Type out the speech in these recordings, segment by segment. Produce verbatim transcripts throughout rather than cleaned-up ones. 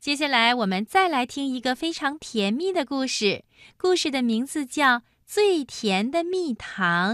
接下来我们再来听一个非常甜蜜的故事，故事的名字叫《最甜的蜜糖》。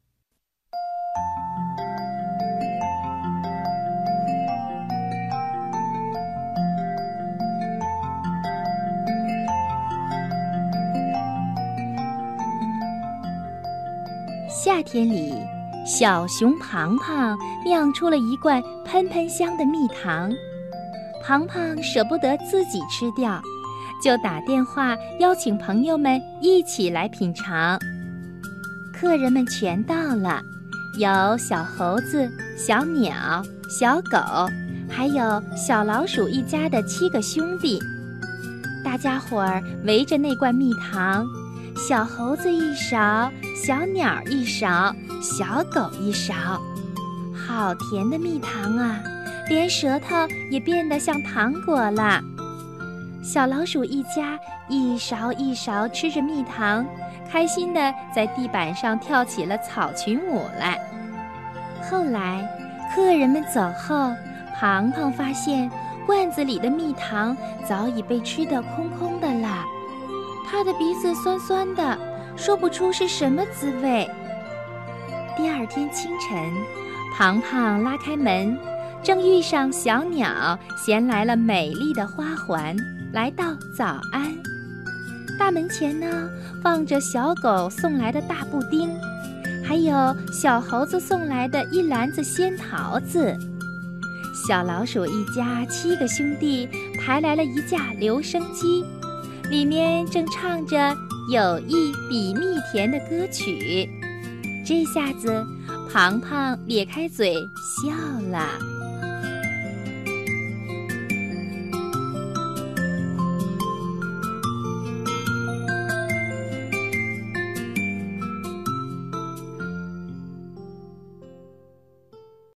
夏天里，小熊庞庞酿出了一罐喷喷香的蜜糖。庞庞舍不得自己吃掉，就打电话邀请朋友们一起来品尝。客人们全到了，有小猴子、小鸟、小狗，还有小老鼠一家的七个兄弟。大家伙儿围着那罐蜜糖，小猴子一勺，小鸟一勺，小狗一勺，好甜的蜜糖啊！连舌头也变得像糖果了。小老鼠一家一勺一勺吃着蜜糖，开心地在地板上跳起了草裙舞来。后来，客人们走后，庞庞发现罐子里的蜜糖早已被吃得空空的了。他的鼻子酸酸的，说不出是什么滋味。第二天清晨，庞庞拉开门，正遇上小鸟衔来了美丽的花环，来道早安。大门前呢，放着小狗送来的大布丁，还有小猴子送来的一篮子鲜桃子。小老鼠一家七个兄弟抬来了一架留声机，里面正唱着友谊比蜜甜的歌曲。这下子，庞庞咧开嘴笑了。